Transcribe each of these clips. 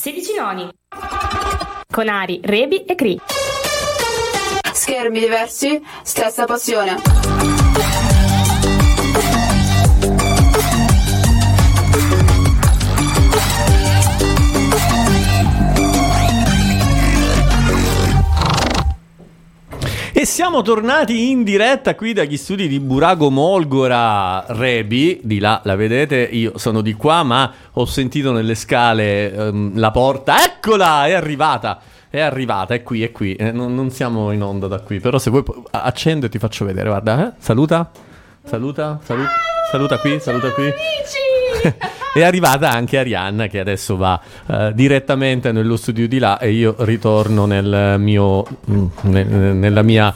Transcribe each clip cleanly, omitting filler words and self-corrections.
16 noni con Ari, Rebi e Cri. Schermi diversi, stessa passione. E siamo tornati in diretta qui dagli studi di Burago Molgora. Rebi, di là la vedete, io sono di qua, ma ho sentito nelle scale la porta. Eccola, è arrivata, è qui. Non siamo in onda da qui, però se vuoi accendo e ti faccio vedere, guarda, saluta qui. È arrivata anche Arianna, che adesso va direttamente nello studio di là e io ritorno nella mia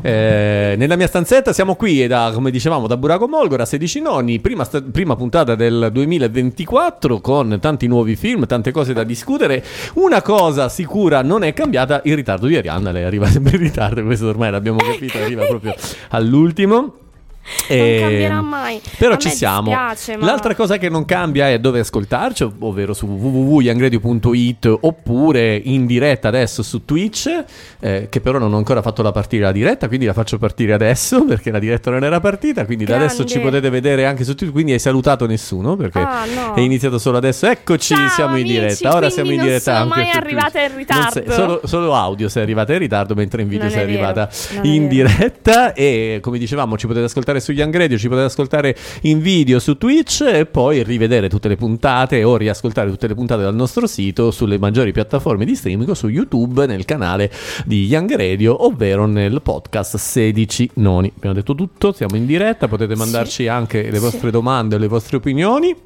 stanzetta. Siamo qui come dicevamo, da Burago Molgora, 16 nonni, prima puntata del 2024, con tanti nuovi film, tante cose da discutere. Una cosa sicura non è cambiata: il ritardo di Arianna. Lei arriva sempre in ritardo, questo ormai l'abbiamo capito, arriva proprio all'ultimo. Non cambierà mai. Però ci siamo. Dispiace, ma... L'altra cosa che non cambia è dove ascoltarci, ovvero su www.youngradio.it, oppure in diretta adesso su Twitch, che però non ho ancora fatto la partita la diretta, quindi la faccio partire adesso perché la diretta non era partita, quindi da adesso ci potete vedere anche su Twitch. Quindi hai salutato nessuno perché no. è iniziato solo adesso. Eccoci. Ciao, siamo in amici, diretta. Ora siamo in diretta anche. Non sono mai su arrivata in ritardo. Solo audio sei arrivata in ritardo, mentre in video Non sei è vero, arrivata non è in vero. diretta. E come dicevamo, ci potete ascoltare su Young Radio, ci potete ascoltare in video su Twitch e poi rivedere tutte le puntate o riascoltare tutte le puntate dal nostro sito sulle maggiori piattaforme di streaming o su YouTube nel canale di Young Radio, ovvero nel podcast 16 noni. Abbiamo detto tutto, siamo in diretta, potete mandarci anche le vostre domande o le vostre opinioni.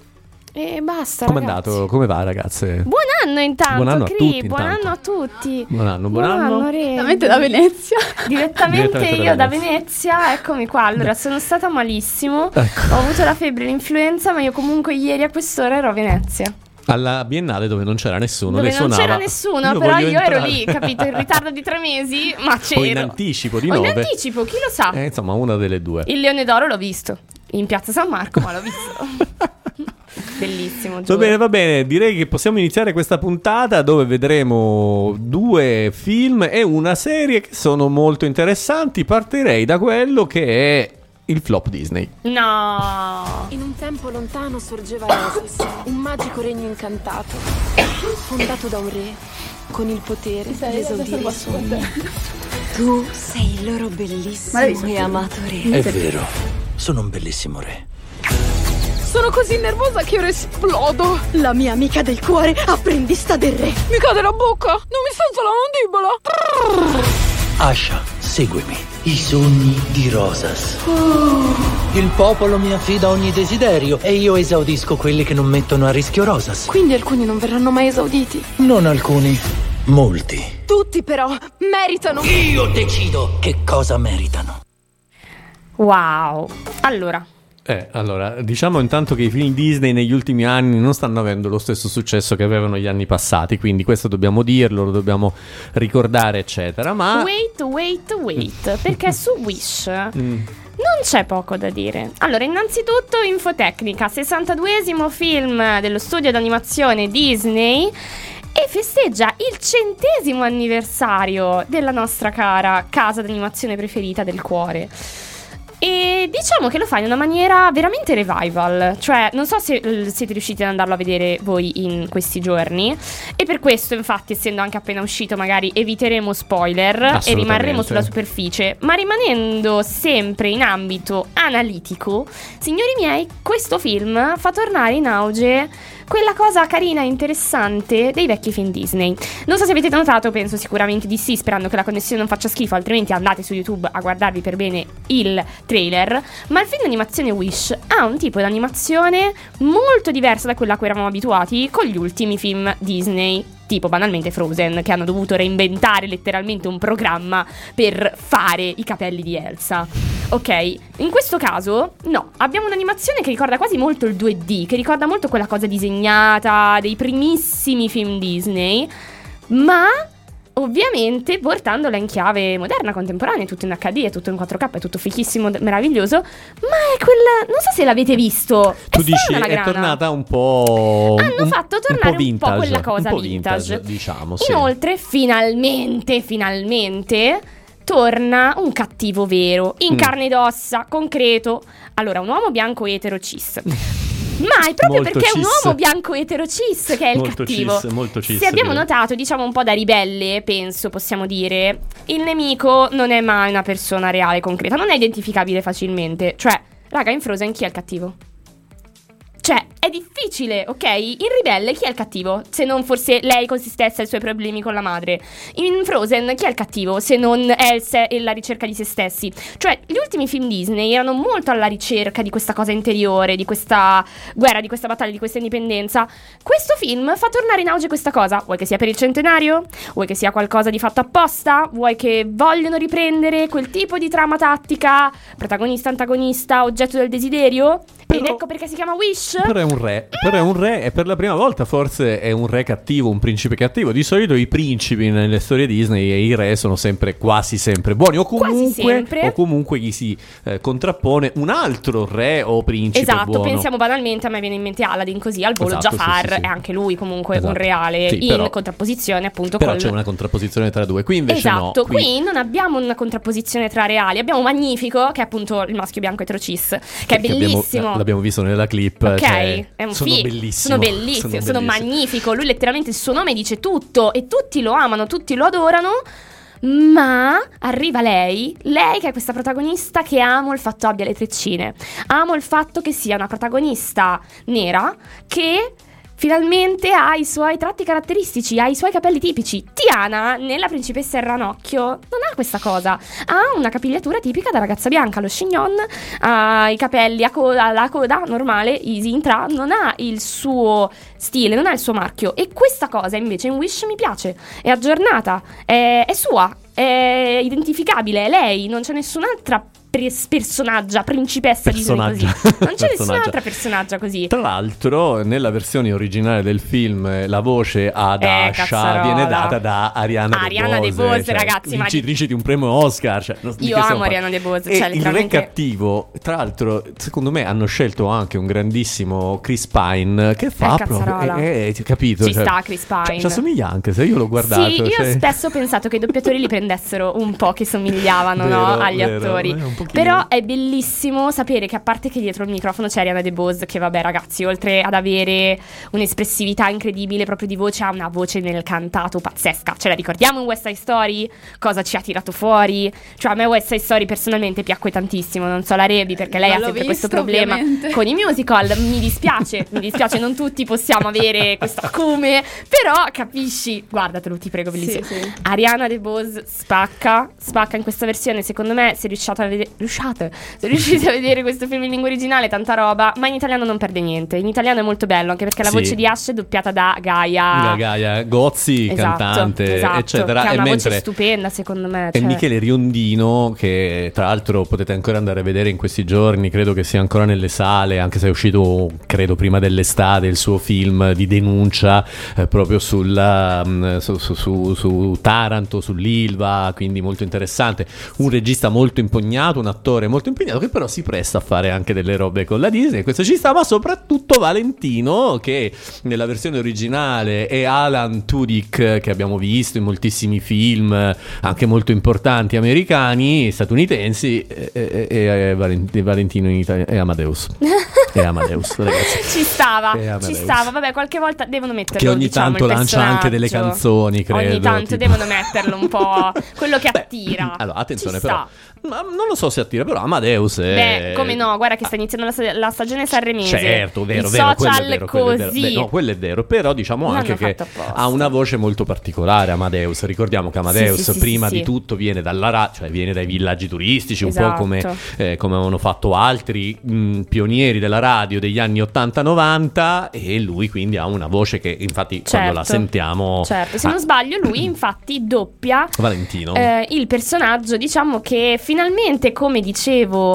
E basta. Com'è ragazzi. andato? Come va, ragazze? Buon anno intanto, Buon anno a Cri, tutti, buon intanto. anno a tutti. Buon anno. Re. Direttamente da Venezia. Direttamente io da Venezia, eccomi qua. Allora, sono stata malissimo. Ecco. Ho avuto la febbre e l'influenza, ma io comunque ieri a quest'ora ero a Venezia. Alla Biennale dove non c'era nessuno, Dove lei non suonava. c'era nessuno, però voglio io ero entrare. lì, capito? In ritardo di 3 mesi, ma c'ero. O in anticipo di O 9. in anticipo, chi lo sa? Insomma, una delle due. Il Leone d'Oro l'ho visto in Piazza San Marco, ma l'ho visto. Bellissimo, giuro. Va bene, direi che possiamo iniziare questa puntata dove vedremo 2 film e una serie che sono molto interessanti. Partirei da quello che è il flop Disney. No. In un tempo lontano sorgeva Rosas, un magico regno incantato, fondato da un re con il potere di esaudire i sogni. Tu sei il loro bellissimo e amato re. È vero, sono un bellissimo re. Sono così nervosa che ora esplodo. La mia amica del cuore, apprendista del re. Mi cade la bocca, non mi senza la mandibola. Asha, seguimi. I sogni di Rosas. Il popolo mi affida ogni desiderio e io esaudisco quelli che non mettono a rischio Rosas. Quindi alcuni non verranno mai esauditi. Non alcuni, molti. Tutti però meritano. Io decido che cosa meritano. Wow. Allora, diciamo intanto che i film Disney negli ultimi anni non stanno avendo lo stesso successo che avevano gli anni passati, quindi questo dobbiamo dirlo, lo dobbiamo ricordare, eccetera, ma... Wait, perché su Wish non c'è poco da dire. Allora, innanzitutto infotecnica, 62esimo film dello studio d'animazione Disney e festeggia il 100° anniversario della nostra cara casa d'animazione preferita del cuore. E diciamo che lo fa in una maniera veramente revival. Cioè, non so se siete riusciti ad andarlo a vedere voi in questi giorni. E per questo, infatti, essendo anche appena uscito, magari eviteremo spoiler e rimarremo sulla superficie. Ma rimanendo sempre in ambito analitico, signori miei, questo film fa tornare in auge quella cosa carina e interessante dei vecchi film Disney. Non so se avete notato, penso sicuramente di sì, sperando che la connessione non faccia schifo, altrimenti andate su YouTube a guardarvi per bene il trailer. Ma il film d'animazione Wish ha un tipo di animazione molto diverso da quella a cui eravamo abituati con gli ultimi film Disney, tipo banalmente Frozen, che hanno dovuto reinventare letteralmente un programma per fare i capelli di Elsa. Ok, in questo caso no, abbiamo un'animazione che ricorda quasi molto il 2D, che ricorda molto quella cosa disegnata dei primissimi film Disney, ma ovviamente portandola in chiave moderna, contemporanea, tutto in HD, è tutto in 4K, è tutto fichissimo, meraviglioso. Ma è quel... non so se l'avete visto. Tu dici è tornata un po'... Hanno fatto tornare un po' quella cosa un po' vintage, diciamo, sì. Inoltre, finalmente torna un cattivo vero, in carne ed ossa, concreto. Allora, un uomo bianco etero cis. Ma è proprio Molto perché è un cis. uomo bianco etero cis che è il Molto cattivo. molto cis, se abbiamo direi. notato, diciamo un po' da ribelle, penso, possiamo dire, il nemico non è mai una persona reale, concreta, non è identificabile facilmente. Cioè, raga, in Frozen chi è il cattivo? Cioè, è difficile, ok? In Ribelle chi è il cattivo? Se non forse lei con se stessa e i suoi problemi con la madre. In Frozen chi è il cattivo? Se non Elsa e la ricerca di se stessi. Cioè, gli ultimi film Disney erano molto alla ricerca di questa cosa interiore, di questa guerra, di questa battaglia, di questa indipendenza. Questo film fa tornare in auge questa cosa. Vuoi che sia per il centenario? Vuoi che sia qualcosa di fatto apposta? Vuoi che vogliono riprendere quel tipo di trama tattica? Protagonista, antagonista, oggetto del desiderio? Ed ecco perché si chiama Wish. Però è un re e per la prima volta forse è un re cattivo, un principe cattivo. Di solito i principi nelle storie Disney e i re sono sempre, quasi sempre buoni, o comunque gli si contrappone un altro re o principe esatto, buono. pensiamo banalmente, a me viene in mente Aladdin così, al volo, Esatto, Jafar, sì. è anche lui comunque Esatto. un reale, Sì, in però contrapposizione appunto però con... c'è una contrapposizione tra due. Qui invece esatto, no. qui non abbiamo una contrapposizione tra reali, abbiamo Magnifico, che è appunto il maschio bianco etero cis, che è bellissimo. L'abbiamo visto nella clip. Ok, cioè, è un sono bellissimo. sono magnifico. Lui letteralmente il suo nome dice tutto e tutti lo amano, tutti lo adorano. Ma arriva lei che è questa protagonista che amo il fatto abbia le treccine. Amo il fatto che sia una protagonista nera che finalmente ha i suoi tratti caratteristici, ha i suoi capelli tipici. Tiana, nella principessa e il ranocchio, non ha questa cosa. Ha una capigliatura tipica da ragazza bianca, lo chignon, ha i capelli a coda, la coda normale, easy in tra, non ha il suo stile, non ha il suo marchio. E questa cosa invece in Wish mi piace, è aggiornata, è sua, è identificabile, è lei, non c'è nessun'altra principessa Disney così. Non c'è nessun'altra personaggia così. Tra l'altro nella versione originale del film la voce ad Asha viene data da Ariana DeBose, cioè, ragazzi, vincitrice di un premio Oscar, cioè, io amo Ariana DeBose, cioè, il re cattivo, tra l'altro secondo me hanno scelto anche un grandissimo Chris Pine che fa proprio capito, ci sta Chris Pine, ci assomiglia anche se io l'ho guardato. Sì, io spesso ho pensato che i doppiatori li prendessero un po' che somigliavano agli attori. Però è bellissimo sapere che a parte che dietro il microfono c'è Ariana DeBose, che vabbè ragazzi, oltre ad avere un'espressività incredibile proprio di voce, ha una voce nel cantato pazzesca. Ce la ricordiamo in West Side Story? Cosa ci ha tirato fuori? Cioè a me West Side Story personalmente piacque tantissimo, non so la Rebi perché lei ha sempre questo problema con i musical. Mi dispiace, non tutti possiamo avere questo acume, però capisci, guardatelo ti prego, bellissimo. Sì. Ariana DeBose spacca in questa versione, secondo me se riuscite a vedere questo film in lingua originale, tanta roba, ma in italiano non perde niente. In italiano è molto bello, anche perché la voce di Ash è doppiata da Gaia Gozzi, cantante, eccetera. Che ha una mentre voce stupenda, secondo me. E Michele Riondino, che tra l'altro potete ancora andare a vedere in questi giorni, credo che sia ancora nelle sale, anche se è uscito, credo, prima dell'estate, il suo film di denuncia proprio su Taranto, sull'Ilva, quindi molto interessante. Un regista molto impegnato, un attore molto impegnato che però si presta a fare anche delle robe con la Disney, questo ci sta, ma soprattutto Valentino, che nella versione originale è Alan Tudyk, che abbiamo visto in moltissimi film anche molto importanti americani, statunitensi, e Valentino in Italia è Amadeus. È Amadeus, ragazzi. Ci stava, vabbè, qualche volta devono metterlo, che ogni tanto lancia anche delle canzoni, credo. Ogni tanto devono metterlo un po', quello che attira. Allora, attenzione però, ma non lo so se attira, però Amadeus è... come no, guarda che sta iniziando la stagione sanremese. Certo, vero, social così. No, quello è vero, però diciamo anche che ha una voce molto particolare Amadeus. Ricordiamo che Amadeus prima di tutto viene cioè viene dai villaggi turistici, un po' come avevano fatto altri pionieri della radio degli anni 80-90, e lui quindi ha una voce che infatti quando la sentiamo... Certo, se non sbaglio lui infatti doppia Valentino, il personaggio, diciamo, che finalmente, come dicevo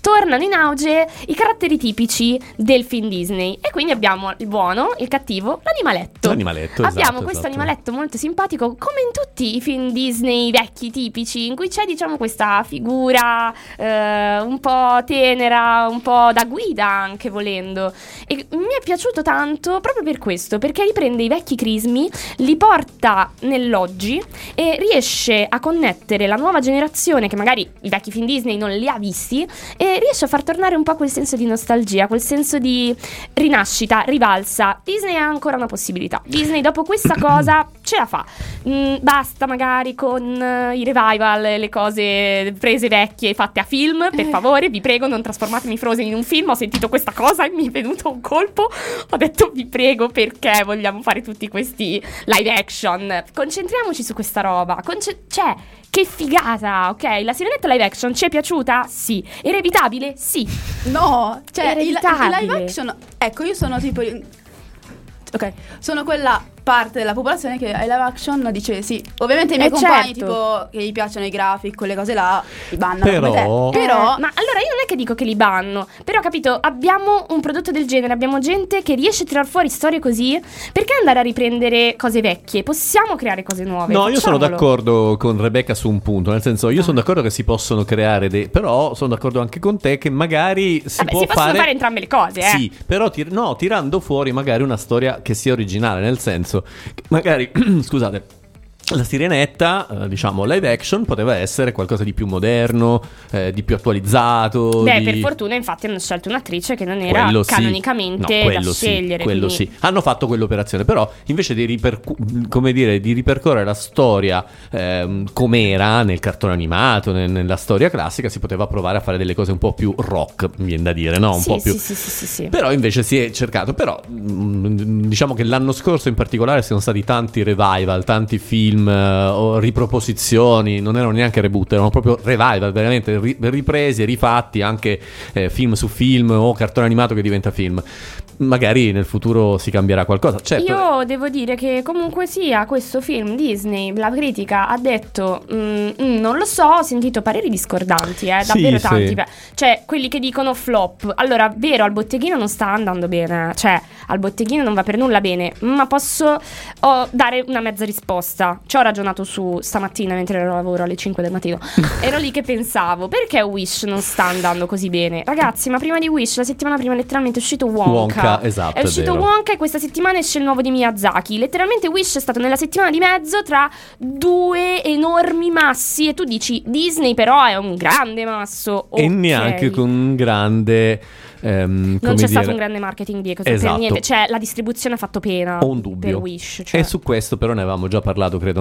tornano in auge i caratteri tipici del film Disney, e quindi abbiamo il buono, il cattivo, l'animaletto. Abbiamo questo animaletto molto simpatico, come in tutti i film Disney vecchi tipici, in cui c'è, diciamo, questa figura un po' tenera, un po' da guida anche, volendo, e mi è piaciuto tanto proprio per questo, perché riprende i vecchi crismi, li porta nell'oggi e riesce a connettere la nuova generazione che magari i vecchi film Disney non li ha visti, e riesce a far tornare un po' quel senso di nostalgia, quel senso di rinascita, rivalsa. Disney ha ancora una possibilità. Disney dopo questa cosa ce la fa. Basta magari con i revival, le cose prese vecchie fatte a film. Per favore, vi prego, non trasformatemi Frozen in un film. Ho sentito questa cosa e mi è venuto un colpo. Ho detto vi prego, perché vogliamo fare tutti questi live action? Concentriamoci su questa roba. Cioè, che figata, ok? La Sirenetta live action ci è piaciuta? Sì. Era evitabile? Sì. No, cioè Era il evitabile. live action. Ecco, io sono tipo. Ok, sono quella parte della popolazione che ai live action dice sì. Ovviamente i miei compagni, certo, tipo, che gli piacciono i grafic, quelle cose là, li bannano Però- come te. Però ma allora io non è che dico che li banno, però capito, abbiamo un prodotto del genere, abbiamo gente che riesce a tirar fuori storie così, perché andare a riprendere cose vecchie? Possiamo creare cose nuove. No, io sono facciamolo. d'accordo con Rebecca su un punto, nel senso, io sono d'accordo che si possono creare però sono d'accordo anche con te che magari si Vabbè, può si possono fare entrambe le cose, Sì, però tirando fuori magari una storia che sia originale, nel senso che magari scusate, la Sirenetta, diciamo live action, poteva essere qualcosa di più moderno, di più attualizzato. Beh, per fortuna infatti hanno scelto un'attrice che non era Quello sì. canonicamente No, da quello scegliere. quello quindi- sì. Hanno fatto quell'operazione, però invece di ripercorrere la storia com'era nel cartone animato, nella storia classica, si poteva provare a fare delle cose un po' più rock, mi viene da dire, no? Un Sì, po' più. sì. Però invece si è cercato, però diciamo che l'anno scorso in particolare sono stati tanti revival, tanti film o riproposizioni, non erano neanche reboot, erano proprio revival, veramente ripresi e rifatti, anche film su film o cartone animato che diventa film. Magari nel futuro si cambierà qualcosa. Certo. Io devo dire che comunque sia questo film Disney, la critica ha detto non lo so, ho sentito pareri discordanti, davvero Sì, tanti. sì. Cioè, quelli che dicono flop. Allora, vero, al botteghino non sta andando bene, cioè al botteghino non va per nulla bene, ma posso dare una mezza risposta. Ci ho ragionato su stamattina mentre ero a lavoro alle 5 del mattino. Ero lì che pensavo, perché Wish non sta andando così bene? Ragazzi, ma prima di Wish, la settimana prima letteralmente è uscito Wonka. Esatto, è uscito vero. Wonka e questa settimana esce il nuovo di Miyazaki. Letteralmente Wish è stato nella settimana di mezzo tra due enormi massi, e tu dici Disney però è un grande masso, E ok. neanche con un grande non c'è stato un grande marketing dietro, Esatto. per niente. Cioè la distribuzione ha fatto pena. Ho un dubbio. Per Wish, cioè. E su questo però ne avevamo già parlato, credo,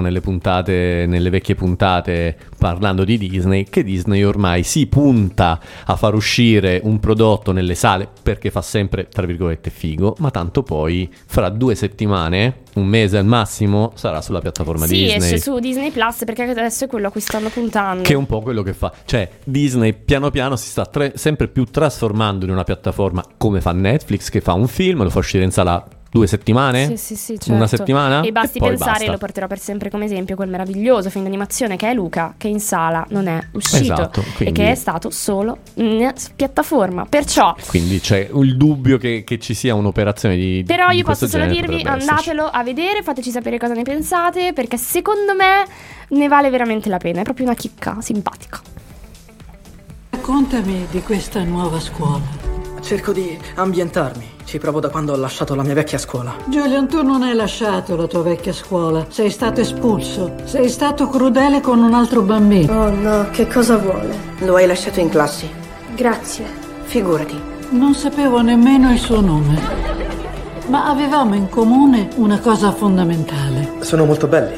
nelle vecchie puntate, parlando di Disney, che Disney ormai si punta a far uscire un prodotto nelle sale perché fa sempre, tra virgolette, figo, ma tanto poi fra 2 settimane, un mese al massimo, sarà sulla piattaforma Sì, Disney. esce su Disney Plus, perché adesso è quello a cui stanno puntando. Che è un po' quello che fa. Cioè, Disney piano piano si sta sempre più trasformando in una piattaforma come fa Netflix, che fa un film, lo fa uscire in sala 2 settimane? Sì, certo. Una settimana? E basti poi pensare, basta. lo porterò per sempre come esempio, quel meraviglioso film d'animazione che è Luca, che in sala non è uscito, Esatto, e quindi- che è stato solo in piattaforma. Perciò Quindi c'è il dubbio che ci sia un'operazione di però di io questo posso solo genere, dirvi, potrebbe esserci. andatelo a vedere, fateci sapere cosa ne pensate, perché secondo me ne vale veramente la pena. È proprio una chicca simpatica. Raccontami di questa nuova scuola. Cerco di ambientarmi. Ci provo da quando ho lasciato la mia vecchia scuola. Julian, tu non hai lasciato la tua vecchia scuola. Sei stato espulso. Sei stato crudele con un altro bambino. Oh no, che cosa vuole? Lo hai lasciato in classe? Grazie. Figurati. Non sapevo nemmeno il suo nome. Ma avevamo in comune una cosa fondamentale. Sono molto belli.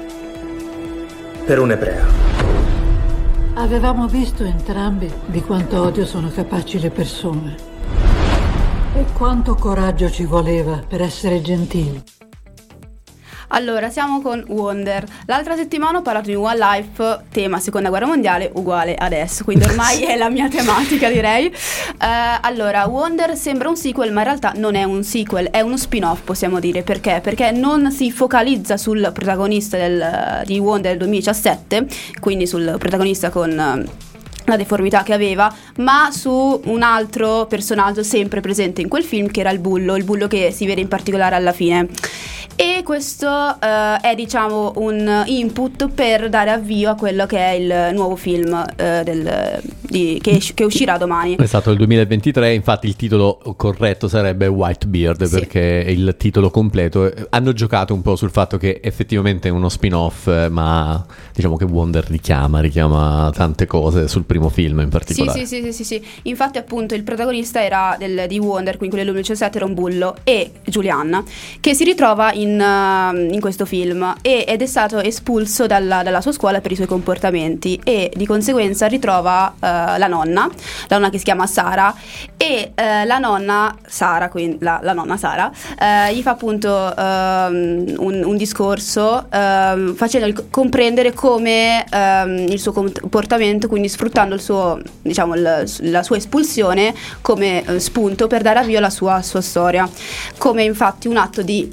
Per un ebreo. Avevamo visto entrambi di quanto odio sono capaci le persone. E quanto coraggio ci voleva per essere gentili. allora siamo con Wonder. L'altra settimana ho parlato di One Life, tema seconda guerra mondiale uguale adesso, quindi ormai è la mia tematica, direi. Allora, Wonder sembra un sequel, ma in realtà non è un sequel, è uno spin-off, possiamo dire. Perché? Perché non si focalizza sul protagonista di Wonder del 2017, quindi sul protagonista con la deformità che aveva, ma su un altro personaggio sempre presente in quel film, che era il bullo che si vede in particolare alla fine. E questo è, diciamo, un input per dare avvio a quello che è il nuovo film che uscirà domani. È stato il 2023, infatti il titolo corretto sarebbe Whitebeard, Sì. perché è il titolo completo. Hanno giocato un po' sul fatto che effettivamente è uno spin-off, ma diciamo che Wonder richiama tante cose sul primo film in particolare. Sì. Infatti appunto il protagonista era di Wonder, quindi quello del 2017 era un bullo, e Julianna, che si ritrova in questo film ed è stato espulso dalla sua scuola per i suoi comportamenti, e di conseguenza ritrova la nonna che si chiama Sara, e la nonna Sara, quindi la nonna Sara, gli fa appunto un discorso facendo comprendere come il suo comportamento, quindi sfruttando il suo, diciamo, la sua espulsione come spunto per dare avvio alla sua storia, come infatti un atto di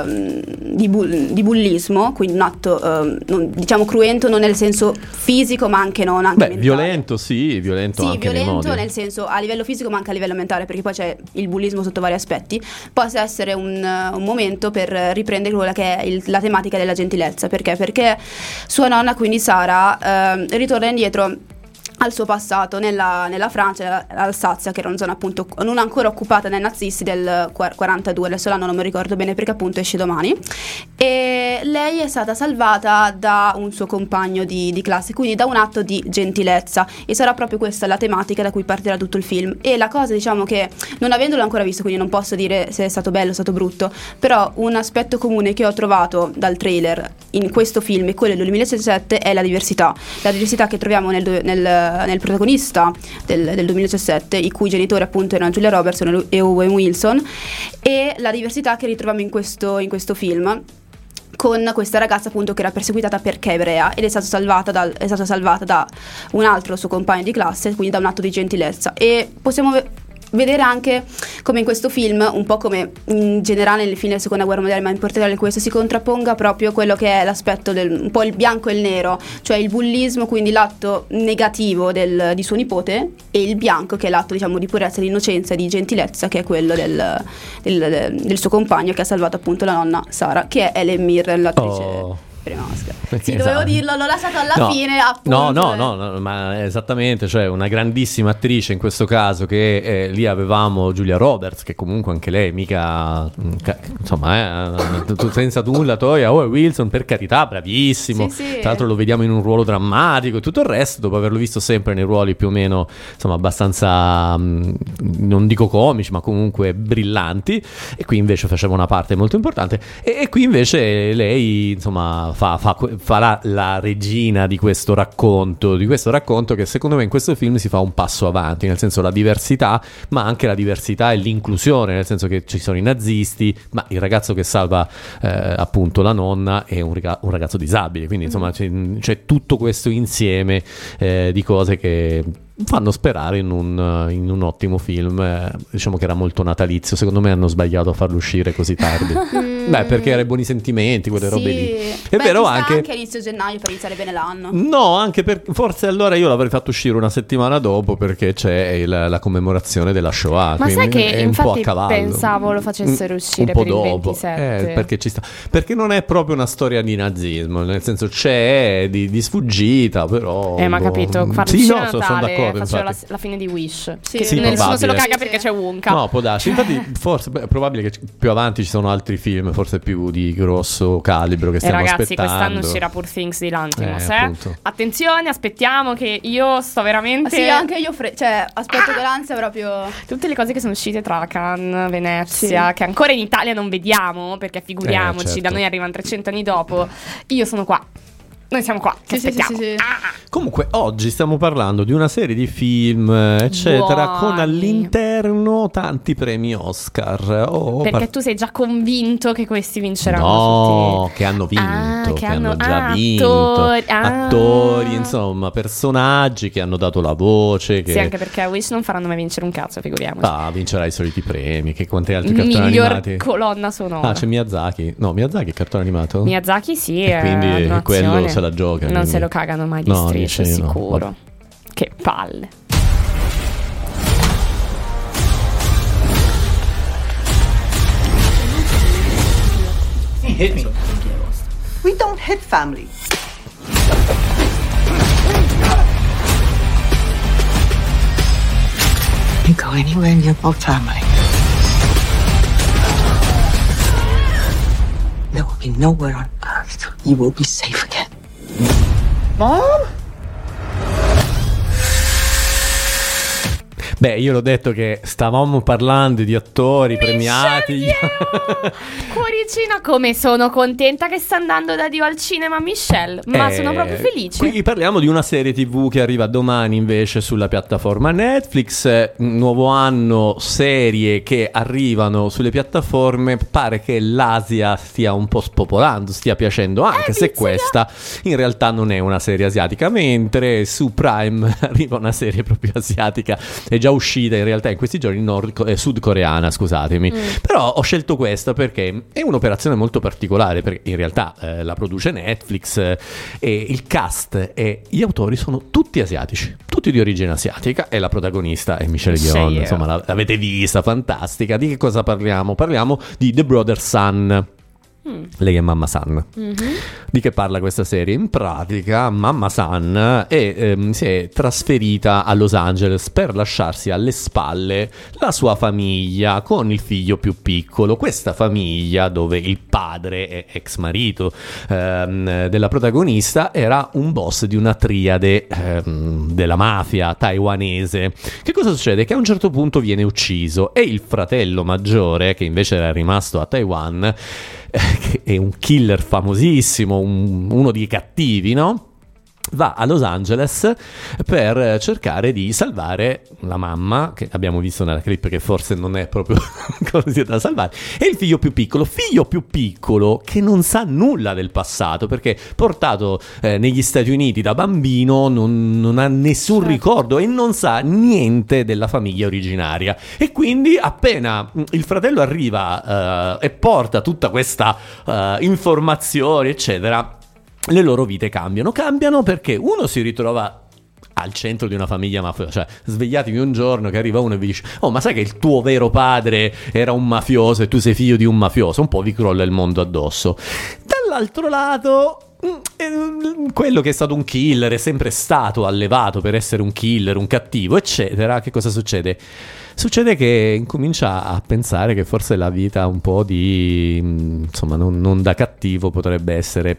bullismo, quindi un atto diciamo cruento, non nel senso fisico ma anche non anche mentale. Violento anche nei modi. Nel senso a livello fisico ma anche a livello mentale, perché poi c'è il bullismo sotto vari aspetti. Possa essere un momento per riprendere quella che è la tematica della gentilezza, perché sua nonna, quindi Sara, ritorna indietro al suo passato nella Francia, l'Alsazia, che era una zona appunto non ancora occupata dai nazisti del 42, adesso l'anno non mi ricordo bene perché appunto esce domani, e lei è stata salvata da un suo compagno di classe, quindi da un atto di gentilezza, e sarà proprio questa la tematica da cui partirà tutto il film. E la cosa, diciamo, che non avendolo ancora visto, quindi non posso dire se è stato bello o è stato brutto, però un aspetto comune che ho trovato dal trailer in questo film e quello del 2017 è la diversità che troviamo nel protagonista del 2017, i cui genitori appunto erano Julia Roberts e Owen Wilson, e la diversità che ritroviamo in questo film, con questa ragazza appunto che era perseguitata perché è ebrea ed è stata salvata da un altro suo compagno di classe, quindi da un atto di gentilezza. E possiamo vedere anche come in questo film, un po' come in generale nel film della seconda guerra mondiale, ma in particolare questo, si contrapponga proprio quello che è l'aspetto un po' il bianco e il nero, cioè il bullismo, quindi l'atto negativo di suo nipote, e il bianco che è l'atto, diciamo, di purezza, di innocenza e di gentilezza, che è quello del suo compagno che ha salvato appunto la nonna Sara, che è Helen Mirren, l'attrice prima Oscar. Sì, dovevo dirlo, l'ho lasciato alla fine appunto. No, ma esattamente, cioè una grandissima attrice in questo caso, che lì avevamo Julia Roberts, che comunque anche lei mica insomma senza nulla toglie a Owen Wilson, per carità, bravissimo, sì. Tra l'altro lo vediamo in un ruolo drammatico e tutto il resto, dopo averlo visto sempre nei ruoli più o meno, insomma, abbastanza non dico comici, ma comunque brillanti, e qui invece faceva una parte molto importante, e qui invece lei, insomma, farà la regina di questo racconto che secondo me in questo film si fa un passo avanti, nel senso la diversità, ma anche la diversità e l'inclusione, nel senso che ci sono i nazisti, ma il ragazzo che salva appunto la nonna è un ragazzo disabile, quindi insomma c'è tutto questo insieme di cose che fanno sperare in un ottimo film. Diciamo che era molto natalizio, secondo me hanno sbagliato a farlo uscire così tardi. Beh, perché era i buoni sentimenti, quelle robe lì. È vero, anche inizio gennaio per iniziare bene l'anno. No, anche forse allora io l'avrei fatto uscire una settimana dopo, perché c'è la commemorazione della Shoah. Ma sai che è un infatti po' a cavallo. pensavo lo facessero uscire un po' per il dopo. 27. Perché ci sta. Perché non è proprio una storia di nazismo, nel senso c'è di sfuggita, però ma capito, farlo sì, uscire a sono Natale, d'accordo, faceva infatti. la fine di Wish. Sì, che sì, nessuno se lo probabile. caga perché c'è Wonka. No, può darsi. Infatti, forse è probabile che più avanti ci sono altri film, forse più di grosso calibro, che stiamo ragazzi, aspettando. quest'anno uscirà Poor Things di Lanthimos, appunto. Attenzione, aspettiamo, che io sto veramente... Sì, anche io aspetto con l'ansia proprio. Tutte le cose che sono uscite tra Cannes, Venezia, che ancora in Italia non vediamo, perché figuriamoci, certo. da noi arrivano 300 anni dopo. Io sono qua. Noi siamo qua, che aspettiamo. Sì. Comunque oggi stiamo parlando di una serie di film, eccetera, Buoni. con all'interno tanti premi Oscar. Perché tu sei già convinto che questi vinceranno No, tutti. che hanno vinto, che hanno già attori. vinto. Attori, insomma, personaggi che hanno dato la voce. Sì, anche perché a Wish non faranno mai vincere un cazzo, figuriamoci. Vincerà i soliti premi. Che quanti altri cartoni Miglior animati? colonna sonora. C'è Miyazaki. No, Miyazaki è cartone animato? Miyazaki sì, E quindi animazione. quello se la gioca. Non quindi. se lo cagano mai di No, striscio, dici no. sicuro. Vabbè. Che palle. He hit me. We don't hit family. You go anywhere near our family. There will be nowhere on earth you will be safe again. Mom? Beh, io l'ho detto che stavamo parlando di attori premiati. Cuoricina, come sono contenta che sta andando da Dio al cinema Michelle. Ma sono proprio felice. Qui parliamo di una serie TV che arriva domani invece sulla piattaforma Netflix. Nuovo anno, serie che arrivano sulle piattaforme. Pare che l'Asia stia un po' spopolando, stia piacendo, anche se questa in realtà non è una serie asiatica. Mentre su Prime arriva una serie proprio asiatica. È già uscita in realtà in questi giorni sudcoreana, scusatemi. Però ho scelto questa perché è un'operazione molto particolare, perché in realtà la produce Netflix e il cast e gli autori sono tutti asiatici, tutti di origine asiatica, e la protagonista è Michelle Yeoh, insomma l'avete vista, fantastica. Di che cosa parliamo? Parliamo di The Brother Sun. Lei è Mamma San. Di che parla questa serie? In pratica Mamma San si è trasferita a Los Angeles per lasciarsi alle spalle la sua famiglia con il figlio più piccolo. Questa famiglia, dove il padre è ex marito della protagonista, era un boss di una triade della mafia taiwanese. Che cosa succede? Che a un certo punto viene ucciso e il fratello maggiore, che invece era rimasto a Taiwan, che è un killer famosissimo, uno dei cattivi, no? Va a Los Angeles per cercare di salvare la mamma, che abbiamo visto nella clip che forse non è proprio così da salvare, e il figlio più piccolo che non sa nulla del passato, perché portato negli Stati Uniti da bambino non ha nessun ricordo e non sa niente della famiglia originaria, e quindi appena il fratello arriva e porta tutta questa informazione eccetera, le loro vite cambiano perché uno si ritrova al centro di una famiglia mafiosa, cioè svegliatevi un giorno che arriva uno e vi dice: oh, ma sai che il tuo vero padre era un mafioso e tu sei figlio di un mafioso? Un po' vi crolla il mondo addosso. Dall'altro lato, quello che è stato un killer, è sempre stato allevato per essere un killer, un cattivo eccetera. Che cosa succede? Succede che incomincia a pensare che forse la vita un po' di, insomma, non da cattivo potrebbe essere,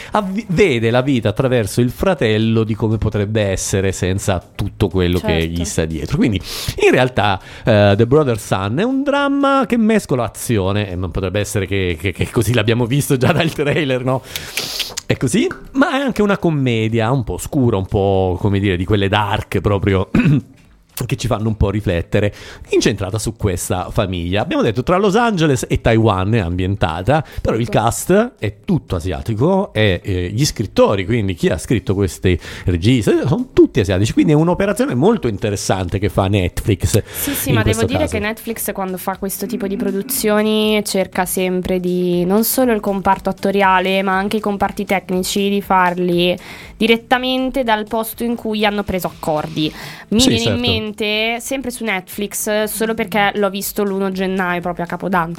vede la vita attraverso il fratello di come potrebbe essere senza tutto quello che gli sta dietro. Quindi in realtà The Brother Sun è un dramma che mescola azione, e non potrebbe essere che così l'abbiamo visto già dal trailer, no? È così, ma è anche una commedia un po' scura, un po', come dire, di quelle dark proprio che ci fanno un po' riflettere, incentrata su questa famiglia. Abbiamo detto tra Los Angeles e Taiwan è ambientata, però il cast è tutto asiatico e gli scrittori, quindi chi ha scritto questi registi, sono tutti asiatici, quindi è un'operazione molto interessante che fa Netflix. Sì, ma devo dire che Netflix, quando fa questo tipo di produzioni, cerca sempre di, non solo il comparto attoriale ma anche i comparti tecnici, di farli direttamente dal posto in cui hanno preso accordi. Mi viene in mente, sempre su Netflix, solo perché l'ho visto l'1 gennaio, proprio a Capodanno,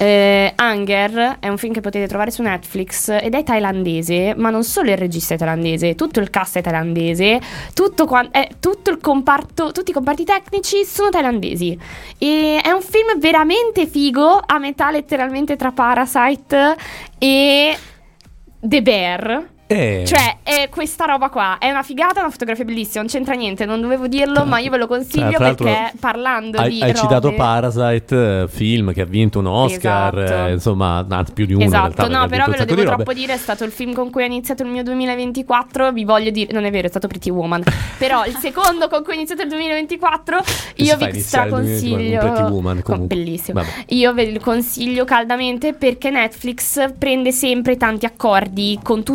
Hunger è un film che potete trovare su Netflix ed è thailandese, ma non solo il regista è thailandese, tutto il cast è thailandese, tutto il comparto, tutti i comparti tecnici sono thailandesi, e è un film veramente figo, a metà letteralmente tra Parasite e The Bear. Cioè è questa roba qua, è una figata, una fotografia bellissima, non c'entra niente, non dovevo dirlo, ma io ve lo consiglio perché parlando di hai citato Parasite, film che ha vinto un Oscar, insomma, più di uno in realtà, no, però ve lo devo troppo dire, è stato il film con cui ho iniziato il mio 2024, vi voglio dire, non è vero, è stato Pretty Woman, però il secondo con cui ho iniziato il 2024 io vi straconsiglio, Pretty Woman, bellissimo. Io ve lo consiglio caldamente perché Netflix prende sempre tanti accordi con tutti i paesi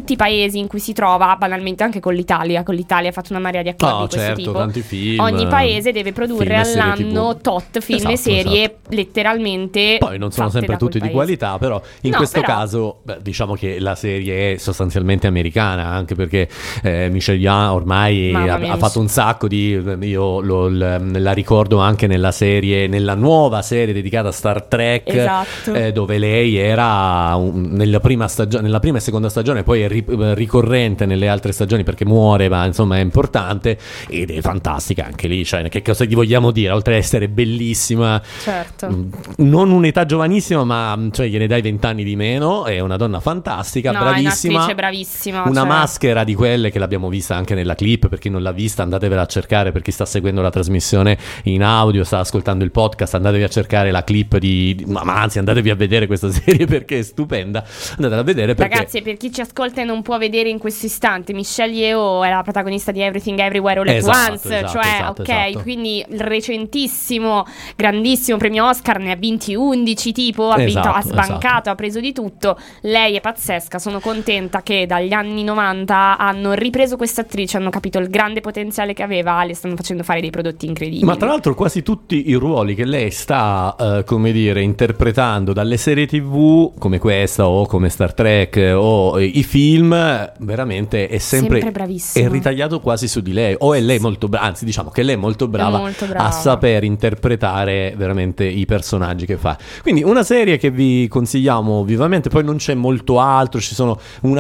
paesi in cui si trova, banalmente anche con l'Italia ha fatto una marea di accordi di questo tipo. Tanti film, ogni paese deve produrre all'anno tot film e serie, letteralmente. Poi non sono sempre tutti di qualità, però in questo caso diciamo che la serie è sostanzialmente americana, anche perché Michelle Yeoh ormai ha fatto un sacco di, io la ricordo anche nella nuova serie dedicata a Star Trek, esatto. Dove lei era nella prima e seconda stagione, poi è ricorrente nelle altre stagioni perché muore, ma insomma è importante ed è fantastica anche lì, cioè che cosa gli vogliamo dire, oltre ad essere bellissima, certo, non un'età giovanissima, ma cioè gliene dai 20 anni di meno, è una donna fantastica, bravissima, è un'attrice bravissima, una maschera di quelle che l'abbiamo vista anche nella clip, per chi non l'ha vista andatevela a cercare, per chi sta seguendo la trasmissione in audio, sta ascoltando il podcast, andatevi a cercare la clip ma anzi andatevi a vedere questa serie perché è stupenda, andatela a vedere perché... Ragazzi, per chi ci ascolta e non può vedere in questo istante, Michelle Yeoh è la protagonista di Everything Everywhere All at Once, esatto. Quindi il recentissimo grandissimo premio Oscar, ne ha vinti 11 tipo, ha sbancato, ha preso di tutto, lei è pazzesca, sono contenta che dagli anni 90 hanno ripreso questa attrice, hanno capito il grande potenziale che aveva, le stanno facendo fare dei prodotti incredibili. Ma tra l'altro quasi tutti i ruoli che lei sta come dire interpretando dalle serie TV come questa o come Star Trek o i film, veramente è sempre bravissima, è ritagliato quasi su di lei, o è lei molto brava, anzi diciamo che lei è molto brava a saper interpretare veramente i personaggi che fa. Quindi una serie che vi consigliamo vivamente, poi non c'è molto altro, ci sono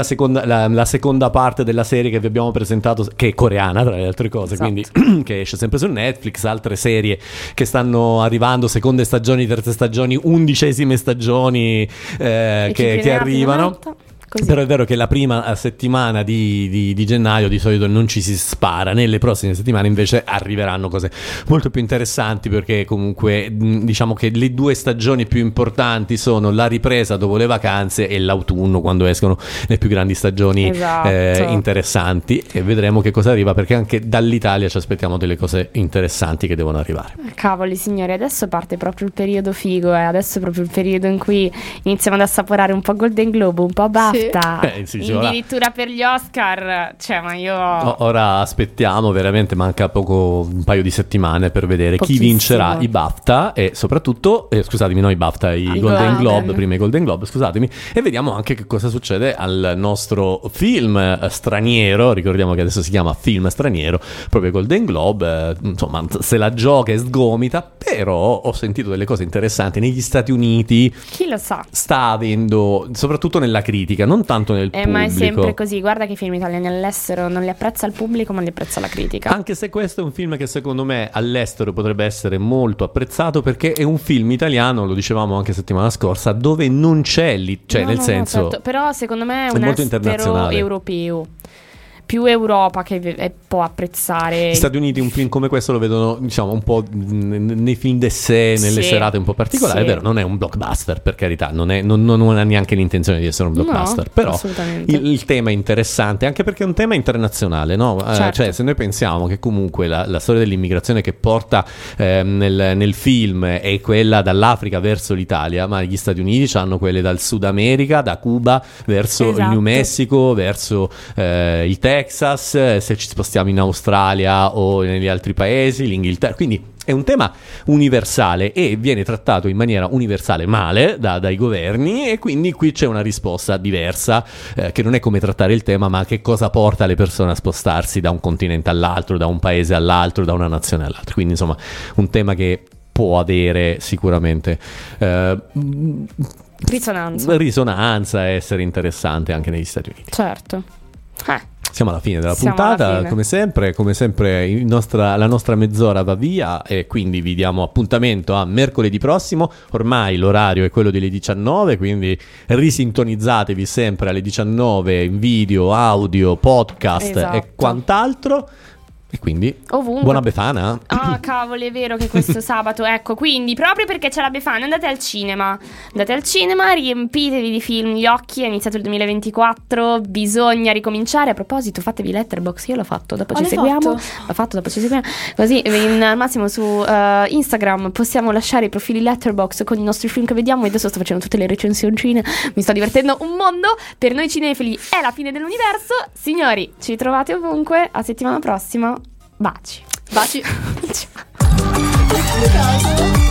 la seconda parte della serie che vi abbiamo presentato, che è coreana tra le altre cose, quindi che esce sempre su Netflix, altre serie che stanno arrivando, seconde stagioni, terze stagioni, 11esime stagioni che arrivano. Così. Però è vero che la prima settimana di gennaio di solito non ci si spara, nelle prossime settimane invece arriveranno cose molto più interessanti, perché comunque diciamo che le due stagioni più importanti sono la ripresa dopo le vacanze e l'autunno, quando escono le più grandi stagioni interessanti, e vedremo che cosa arriva, perché anche dall'Italia ci aspettiamo delle cose interessanti che devono arrivare. Cavoli signori, adesso parte proprio il periodo figo, adesso è proprio il periodo in cui iniziamo ad assaporare un po' Golden Globe, un po' BAFTA. Addirittura per gli Oscar, cioè, ma io ora aspettiamo, veramente manca poco, un paio di settimane per vedere chi vincerà i BAFTA e soprattutto i BAFTA, i Golden Globe, prima i Golden Globe, scusatemi, e vediamo anche che cosa succede al nostro film straniero. Ricordiamo che adesso si chiama film straniero, proprio Golden Globe, insomma se la gioca e sgomita, però ho sentito delle cose interessanti negli Stati Uniti, chi lo sa, sta avendo, soprattutto nella critica, non tanto nel pubblico. Ma è sempre così, guarda che i film italiani all'estero non li apprezza il pubblico, ma li apprezza la critica. Anche se questo è un film che secondo me all'estero potrebbe essere molto apprezzato, perché è un film italiano, lo dicevamo anche settimana scorsa, dove non c'è lì, cioè certo. Però secondo me è un molto estero europeo, più Europa che può apprezzare. Gli Stati Uniti un film come questo lo vedono, diciamo, un po' nei film d'essè, nelle serate un po' particolari. È vero, non è un blockbuster, per carità, non ha neanche l'intenzione di essere un blockbuster, però il tema è interessante, anche perché è un tema internazionale, no? Cioè, se noi pensiamo che comunque la storia dell'immigrazione che porta nel film è quella dall'Africa verso l'Italia, ma gli Stati Uniti hanno quelle dal Sud America, da Cuba verso il New Mexico, verso il Texas, se ci spostiamo in Australia o negli altri paesi, l'Inghilterra, quindi è un tema universale e viene trattato in maniera universale male dai governi, e quindi qui c'è una risposta diversa, che non è come trattare il tema, ma che cosa porta le persone a spostarsi da un continente all'altro, da un paese all'altro, da una nazione all'altra. Quindi insomma un tema che può avere sicuramente risonanza e essere interessante anche negli Stati Uniti. Certo. Siamo alla fine della puntata, come sempre la nostra mezz'ora va via, e quindi vi diamo appuntamento a mercoledì prossimo. Ormai l'orario è quello delle 19, quindi risintonizzatevi sempre alle 19 in video, audio, podcast e quant'altro. E quindi ovunque. Buona Befana. Ah, cavolo, è vero che questo sabato, ecco, quindi proprio perché c'è la Befana andate al cinema, riempitevi di film gli occhi, è iniziato il 2024, bisogna ricominciare. A proposito, fatevi Letterboxd, io l'ho fatto, dopo ci seguiamo, così al massimo su Instagram possiamo lasciare i profili Letterboxd con i nostri film che vediamo. E adesso sto facendo tutte le recensioncine, mi sto divertendo un mondo. Per noi cinefili è la fine dell'universo, signori, ci trovate ovunque, a settimana prossima. Baci. Baci. Ciao.